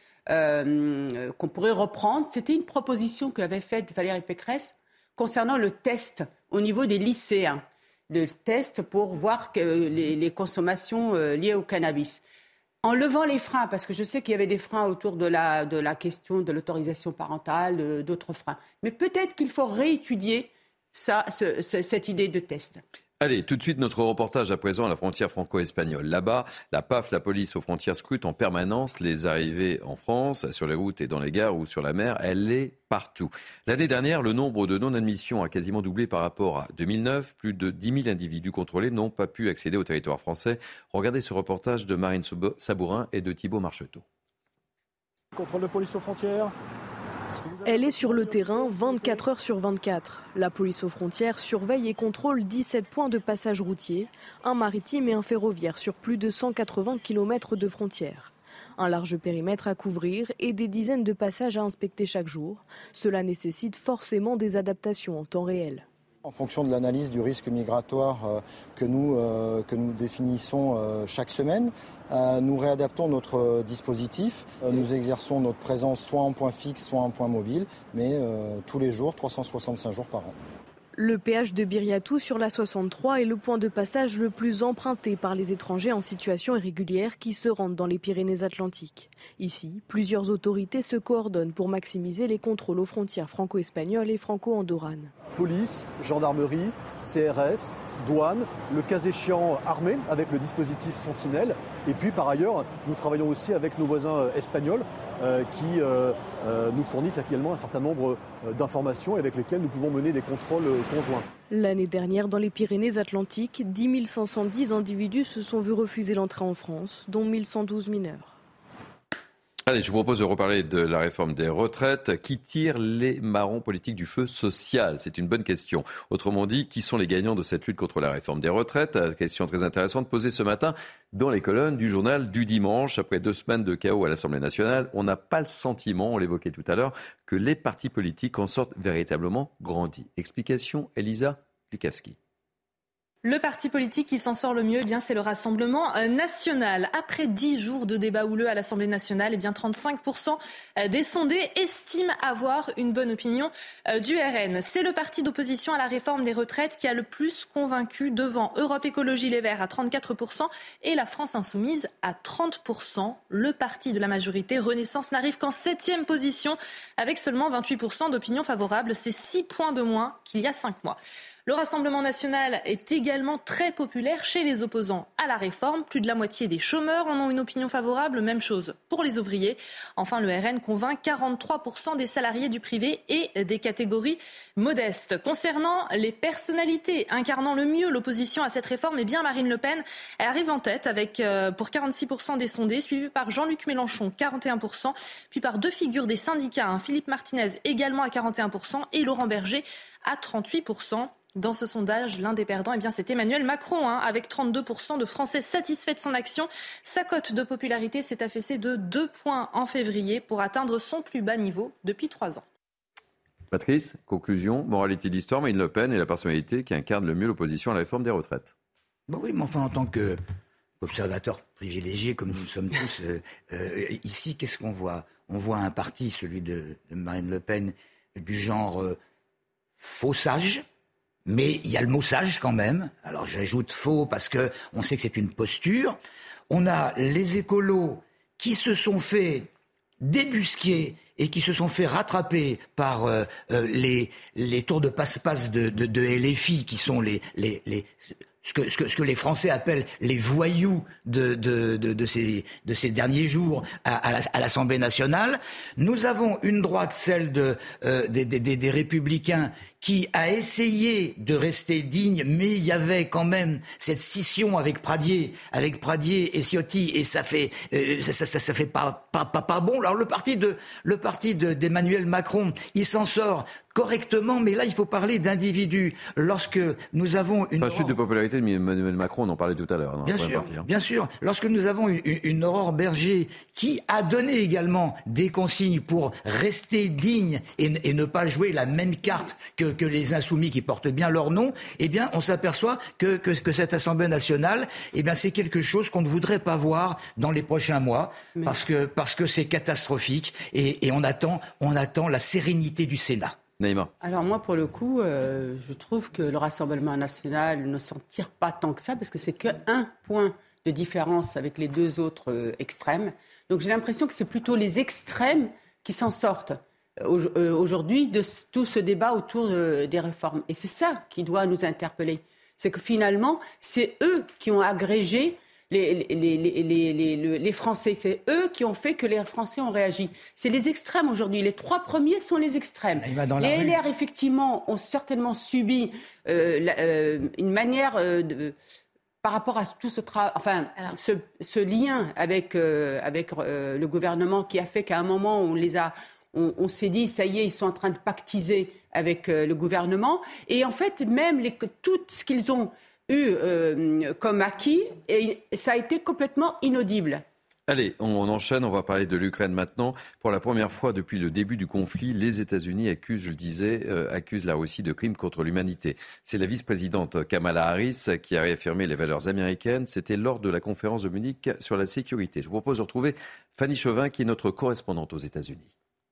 B: euh, qu'on pourrait reprendre. C'était une proposition qu'avait faite Valérie Pécresse concernant le test au niveau des lycéens. Le test pour voir que les, les consommations euh, liées au cannabis. En levant les freins, parce que je sais qu'il y avait des freins autour de la, de la question de l'autorisation parentale, euh, d'autres freins. Mais peut-être qu'il faut réétudier ça, ce, ce, cette idée de test.
A: Allez, tout de suite, notre reportage à présent à la frontière franco-espagnole. Là-bas, la P A F, la police aux frontières, scrute en permanence les arrivées en France, sur les routes et dans les gares ou sur la mer. Elle est partout. L'année dernière, le nombre de non-admissions a quasiment doublé par rapport à deux mille neuf. Plus de dix mille individus contrôlés n'ont pas pu accéder au territoire français. Regardez ce reportage de Marine Sabourin et de Thibault Marcheteau.
D: Contrôle de police aux frontières.
G: Elle est sur le terrain vingt-quatre heures sur vingt-quatre. La police aux frontières surveille et contrôle dix-sept points de passage routier, un maritime et un ferroviaire sur plus de cent quatre-vingts kilomètres de frontières. Un large périmètre à couvrir et des dizaines de passages à inspecter chaque jour. Cela nécessite forcément des adaptations en temps réel.
D: En fonction de l'analyse du risque migratoire euh, que, nous, euh, que nous définissons euh, chaque semaine, euh, nous réadaptons notre euh, dispositif. Euh, nous exerçons notre présence soit en point fixe, soit en point mobile, mais euh, tous les jours, trois cent soixante-cinq jours par an.
G: Le péage de Biriatou sur la soixante-trois est le point de passage le plus emprunté par les étrangers en situation irrégulière qui se rendent dans les Pyrénées-Atlantiques. Ici, plusieurs autorités se coordonnent pour maximiser les contrôles aux frontières franco-espagnoles et franco-andorranes.
D: Police, gendarmerie, C R S, douane, le cas échéant armée avec le dispositif Sentinelle. Et puis par ailleurs, nous travaillons aussi avec nos voisins espagnols euh, qui euh, euh, nous fournissent actuellement un certain nombre d'informations avec lesquelles nous pouvons mener des contrôles conjoints.
G: L'année dernière, dans les Pyrénées-Atlantiques, dix mille cinq cent dix individus se sont vus refuser l'entrée en France, dont mille cent douze mineurs.
A: Allez, je vous propose de reparler de la réforme des retraites. Qui tire les marrons politiques du feu social ? C'est une bonne question. Autrement dit, qui sont les gagnants de cette lutte contre la réforme des retraites ? Question très intéressante posée ce matin dans les colonnes du journal du dimanche. Après deux semaines de chaos à l'Assemblée nationale, on n'a pas le sentiment, on l'évoquait tout à l'heure, que les partis politiques en sortent véritablement grandis. Explication, Elisa Lukavski.
H: Le parti politique qui s'en sort le mieux, eh bien, c'est le Rassemblement national. Après dix jours de débat houleux à l'Assemblée nationale, eh bien, trente-cinq pour cent des sondés estiment avoir une bonne opinion du R N. C'est le parti d'opposition à la réforme des retraites qui a le plus convaincu, devant Europe Écologie Les Verts à trente-quatre pour cent et la France Insoumise à trente pour cent. Le parti de la majorité, Renaissance, n'arrive qu'en septième position avec seulement vingt-huit pour cent d'opinion favorable. C'est six points de moins qu'il y a cinq mois. Le Rassemblement national est également très populaire chez les opposants à la réforme. Plus de la moitié des chômeurs en ont une opinion favorable. Même chose pour les ouvriers. Enfin, le R N convainc quarante-trois pour cent des salariés du privé et des catégories modestes. Concernant les personnalités incarnant le mieux l'opposition à cette réforme, eh bien Marine Le Pen elle arrive en tête avec euh, pour quarante-six pour cent des sondés, suivi par Jean-Luc Mélenchon, quarante et un pour cent, puis par deux figures des syndicats, hein, Philippe Martinez également à quarante et un pour cent et Laurent Berger à trente-huit pour cent. Dans ce sondage, l'un des perdants, eh bien, c'est Emmanuel Macron, hein, avec trente-deux pour cent de Français satisfaits de son action. Sa cote de popularité s'est affaissée de deux points en février pour atteindre son plus bas niveau depuis trois ans.
A: Patrice, conclusion, moralité de l'histoire, Marine Le Pen est la personnalité qui incarne le mieux l'opposition à la réforme des retraites.
F: Bon oui, mais enfin, en tant qu'observateur privilégié, comme nous le sommes tous, euh, euh, ici, qu'est-ce qu'on voit ? On voit un parti, celui de, de Marine Le Pen, du genre euh, faux sage. Mais il y a le mot sage quand même. Alors j'ajoute faux parce que on sait que c'est une posture. On a les écolos qui se sont fait débusquer et qui se sont fait rattraper par euh, euh, les, les tours de passe-passe de, de, de L F I, qui sont les, les, les, ce, que, ce, que, ce que les Français appellent les voyous de, de, de, de, ces, de ces derniers jours à, à, la, à l'Assemblée nationale. Nous avons une droite, celle de, euh, des, des, des Républicains, qui a essayé de rester digne, mais il y avait quand même cette scission avec Pradier, avec Pradier et Ciotti, et ça fait, euh, ça, ça, ça, ça fait pas, pas, pas, pas bon. Alors le parti de, le parti de, d'Emmanuel Macron, il s'en sort correctement, mais là il faut parler d'individus. Lorsque nous avons une
A: enfin, chute de popularité d'Emmanuel Macron, on en parlait tout à l'heure. Non,
F: bien sûr, partie, hein. bien sûr. Lorsque nous avons une, une, une Aurore Berger qui a donné également des consignes pour rester digne et, et ne pas jouer la même carte que que les insoumis qui portent bien leur nom, eh bien, on s'aperçoit que, que, que cette Assemblée nationale, eh bien, c'est quelque chose qu'on ne voudrait pas voir dans les prochains mois, Mais... parce que, parce que c'est catastrophique et, et on attend, on attend la sérénité du Sénat.
A: Naïma.
B: Alors moi, pour le coup, euh, je trouve que le Rassemblement national ne s'en tire pas tant que ça, parce que c'est qu'un point de différence avec les deux autres euh, extrêmes. Donc j'ai l'impression que c'est plutôt les extrêmes qui s'en sortent aujourd'hui de tout ce débat autour des réformes. Et c'est ça qui doit nous interpeller. c'est que finalement, c'est eux qui ont agrégé Les, les, les, les, les, les Français. C'est eux qui ont fait que les Français ont réagi. C'est les extrêmes aujourd'hui. Les trois premiers sont les extrêmes. Les L R, effectivement, ont certainement subi euh, la, euh, une manière euh, de... Par rapport à tout ce, tra... enfin, ce, ce lien avec, euh, avec euh, le gouvernement qui a fait qu'à un moment, on, les a, on, on s'est dit, ça y est, ils sont en train de pactiser avec euh, le gouvernement. Et en fait, même les, tout ce qu'ils ont eu euh, comme acquis, et ça a été complètement inaudible.
A: Allez, on, on enchaîne, on va parler de l'Ukraine maintenant. Pour la première fois depuis le début du conflit, les États-Unis accusent, je le disais, euh, accusent la Russie de crimes contre l'humanité. C'est la vice-présidente Kamala Harris qui a réaffirmé les valeurs américaines. C'était lors de la conférence de Munich sur la sécurité. Je vous propose de retrouver Fanny Chauvin, qui est notre correspondante aux États-Unis.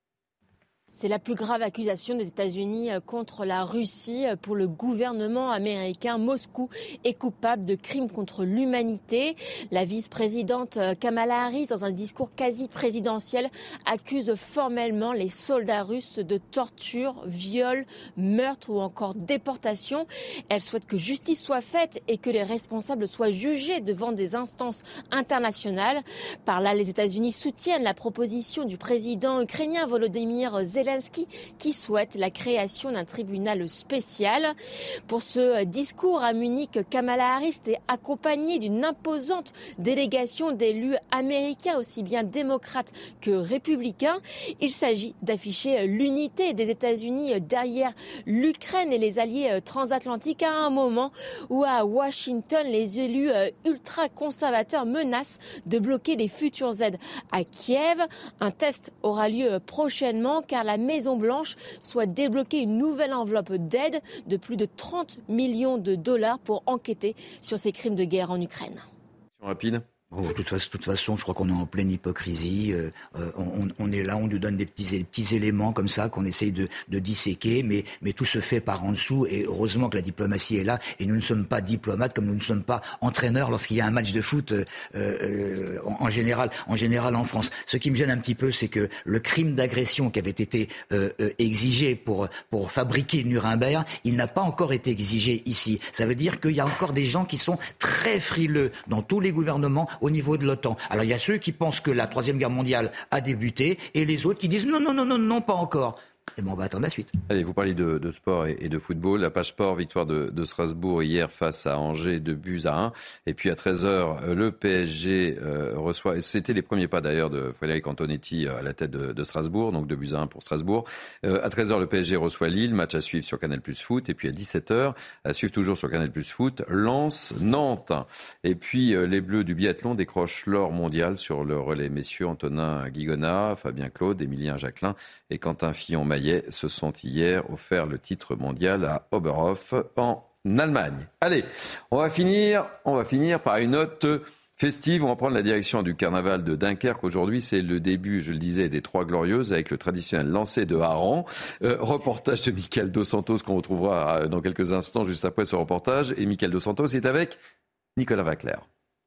I: C'est la plus grave accusation des États-Unis contre la Russie. Pour le gouvernement américain, Moscou est coupable de crimes contre l'humanité. La vice-présidente Kamala Harris, dans un discours quasi présidentiel, accuse formellement les soldats russes de torture, viol, meurtre ou encore déportation. Elle souhaite que justice soit faite et que les responsables soient jugés devant des instances internationales. Par là, les États-Unis soutiennent la proposition du président ukrainien Volodymyr Zelensky qui souhaite la création d'un tribunal spécial. Pour ce discours à Munich, Kamala Harris est accompagnée d'une imposante délégation d'élus américains, aussi bien démocrates que républicains. Il s'agit d'afficher l'unité des États-Unis derrière l'Ukraine et les alliés transatlantiques à un moment où à Washington, les élus ultra-conservateurs menacent de bloquer les futures aides à Kiev. Un test aura lieu prochainement car la Maison-Blanche souhaite débloquer une nouvelle enveloppe d'aide de plus de trente millions de dollars pour enquêter sur ces crimes de guerre en Ukraine.
A: Rapide.
F: Oh, de toute façon, toute façon, je crois qu'on est en pleine hypocrisie. Euh, on, on est là, on nous donne des petits, des petits éléments comme ça qu'on essaye de, de disséquer, mais, mais tout se fait par en dessous. Et heureusement que la diplomatie est là. Et nous ne sommes pas diplomates comme nous ne sommes pas entraîneurs lorsqu'il y a un match de foot euh, euh, en, en général, en général en France. Ce qui me gêne un petit peu, c'est que le crime d'agression qui avait été euh, euh, exigé pour pour fabriquer Nuremberg, il n'a pas encore été exigé ici. Ça veut dire qu'il y a encore des gens qui sont très frileux dans tous les gouvernements au niveau de l'OTAN. Alors il y a ceux qui pensent que la Troisième Guerre mondiale a débuté et les autres qui disent non, non, non, non, non, pas encore. Et bon, on va attendre la suite.
A: Allez, vous parlez de, de sport et, et de football. La page sport, victoire de, de Strasbourg hier face à Angers, deux buts à un. Et puis à treize heures, le P S G euh, reçoit... C'était les premiers pas d'ailleurs de Frédéric Antonetti à la tête de, de Strasbourg, donc deux buts à un pour Strasbourg. Euh, à treize heures, le P S G reçoit Lille, match à suivre sur Canal plus Foot. Et puis à dix-sept heures, à suivre toujours sur Canal plus Foot, Lens, Nantes. Et puis euh, les Bleus du biathlon décrochent l'or mondial sur le relais messieurs. Antonin Guigonna, Fabien Claude, Émilien Jacquelin et Quentin Fillon-Maillet se sont hier offert le titre mondial à Oberhof en Allemagne. Allez, on va finir, on va finir par une note festive. On va prendre la direction du carnaval de Dunkerque. Aujourd'hui, c'est le début, je le disais, des Trois Glorieuses avec le traditionnel lancer de hareng. Euh, reportage de Michael Dos Santos qu'on retrouvera dans quelques instants juste après ce reportage. Et Michael Dos Santos est avec Nicolas Vaclair.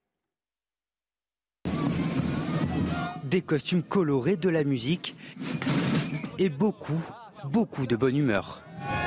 E: Des costumes colorés, de la musique et beaucoup, beaucoup de bonne humeur.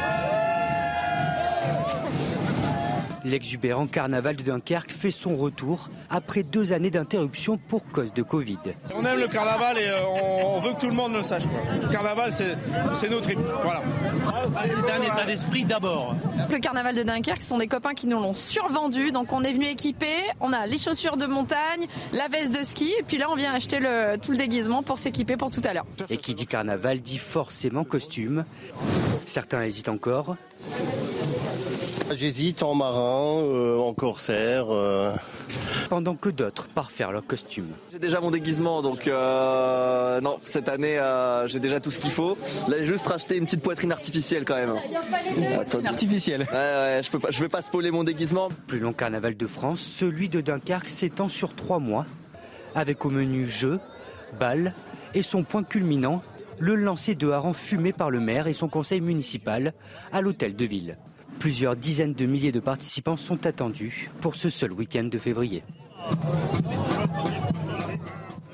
E: L'exubérant carnaval de Dunkerque fait son retour après deux années d'interruption pour cause de Covid.
J: On aime le carnaval et on veut que tout le monde le sache. Le carnaval, c'est, c'est nos tripes. Voilà.
K: C'est un état d'esprit d'abord.
L: Le carnaval de Dunkerque, ce sont des copains qui nous l'ont survendu. Donc on est venu équiper, on a les chaussures de montagne, la veste de ski et puis là on vient acheter le, tout le déguisement pour s'équiper pour tout à l'heure.
E: Et qui dit carnaval dit forcément costume. Certains hésitent encore.
X: J'hésite en marin, euh, en corsaire. Euh...
E: Pendant que d'autres partent faire leur costume.
Y: J'ai déjà mon déguisement, donc euh, non, cette année euh, j'ai déjà tout ce qu'il faut. Là j'ai juste racheté une petite poitrine artificielle quand même.
K: Poitrine artificielle.
Y: Ouais, ouais, je peux pas, je vais pas spoiler mon déguisement.
E: Plus long carnaval de France, celui de Dunkerque s'étend sur trois mois, avec au menu jeux, bal et son point culminant, le lancer de harengs fumé par le maire et son conseil municipal à l'hôtel de ville. Plusieurs dizaines de milliers de participants sont attendus pour ce seul week-end de février.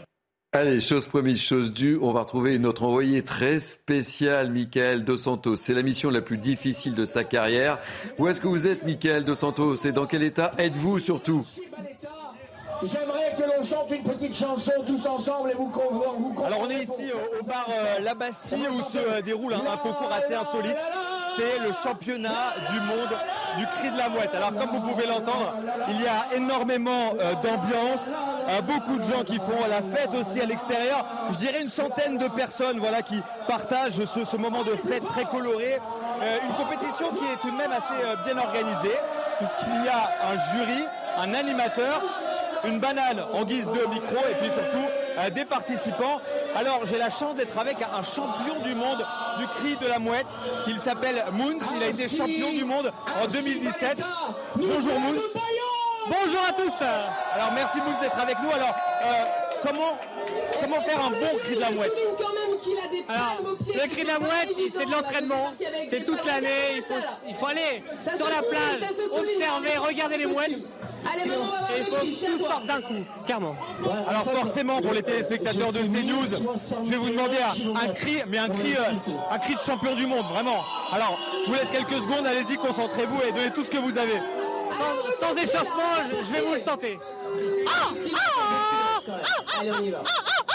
A: Allez, chose promise, chose due, on va retrouver notre envoyé très spécial, Mickaël Dos Santos. C'est la mission la plus difficile de sa carrière. Où est-ce que vous êtes, Mickaël Dos Santos ? Et dans quel état êtes-vous surtout ?
M: J'aimerais que l'on chante une petite chanson tous ensemble et vous vous
N: Alors on est ici au bar euh, La Bastille où se euh, déroule un, un concours assez insolite. C'est le championnat du monde du cri de la mouette. Alors comme vous pouvez l'entendre, il y a énormément euh, d'ambiance, euh, beaucoup de gens qui font la fête aussi à l'extérieur. Je dirais une centaine de personnes voilà, qui partagent ce, ce moment de fête très coloré. Euh, une compétition qui est tout de même assez euh, bien organisée puisqu'il y a un jury, un animateur, une banane en guise de micro et puis surtout euh, des participants. Alors j'ai la chance d'être avec un champion du monde du cri de la mouette. Il s'appelle Moons, il a été champion du monde en deux mille dix-sept. Bonjour Moons. Bonjour à tous. Alors merci Moons d'être avec nous. Alors euh, comment, comment faire un bon cri de la mouette ?
P: Alors, le cri de la mouette, c'est de l'entraînement, c'est toute l'année, il faut, il faut aller sur la plage, observer, regarder les mouettes. Et il faut que tout sorte d'un coup, clairement.
N: Alors forcément, pour les téléspectateurs de CNews, je vais vous demander un, un cri, mais un cri, euh, un cri de champion du monde, vraiment. Alors, je vous laisse quelques secondes, allez-y, concentrez-vous et donnez tout ce que vous avez.
P: Sans, sans échauffement, je, je vais vous le tenter. Ah, ah,
M: Allez, on y va.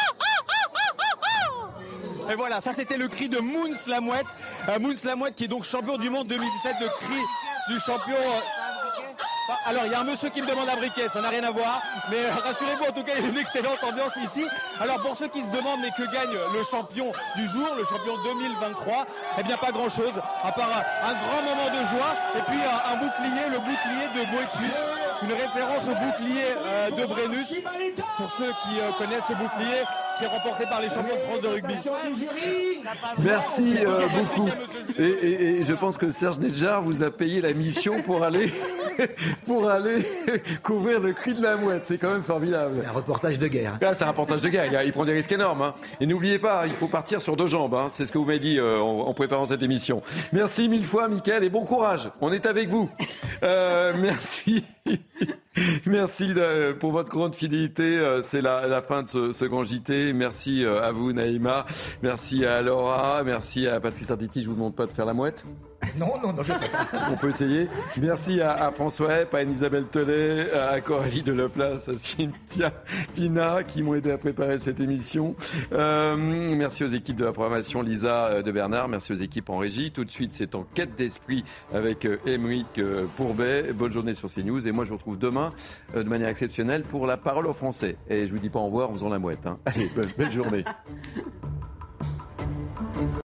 N: Et voilà, ça c'était le cri de Moons la mouette. Euh, Moons la mouette qui est donc champion du monde deux mille dix-sept, de cri du champion... Euh... Alors il y a un monsieur qui me demande un briquet, ça n'a rien à voir, mais euh, rassurez-vous, en tout cas il y a une excellente ambiance ici. Alors pour ceux qui se demandent mais que gagne le champion du jour, le champion deux mille vingt-trois, eh bien pas grand chose, à part un, un grand moment de joie et puis un, un bouclier, le bouclier de Boetius, une référence au bouclier euh, de Brennus, pour ceux qui euh, connaissent ce bouclier qui est remporté par les champions de France de rugby.
A: Merci euh, beaucoup. Et, et, et je pense que Serge Nedjar vous a payé la mission pour aller, pour aller couvrir le cri de la mouette. C'est quand même formidable.
F: C'est un reportage de guerre.
A: Ah, c'est un reportage de guerre. Il prend des risques énormes. Hein. Et n'oubliez pas, il faut partir sur deux jambes. Hein. C'est ce que vous m'avez dit euh, en, en préparant cette émission. Merci mille fois, Mickaël, et bon courage. On est avec vous. Euh, merci. Merci de, pour votre grande fidélité. C'est la, la fin de ce, ce grand J T. Merci à vous, Naïma. Merci à Laura. Merci à Patrice Arditi. Je vous demande pas de faire la mouette.
F: Non, non, non, je ne fais pas.
A: On peut essayer. Merci à, à François Epp, à Anne-Isabelle Tollet, à Coralie Deleplace, à Cynthia Pina qui m'ont aidé à préparer cette émission. Euh, merci aux équipes de la programmation, Lisa de Bernard. Merci aux équipes en régie. Tout de suite, c'est En quête d'esprit avec Émeric Pourbet. Bonne journée sur CNews. Et moi, je vous retrouve demain de manière exceptionnelle pour la parole aux Français. Et je vous dis pas au revoir en faisant la mouette. Hein. Allez, bonne, belle journée.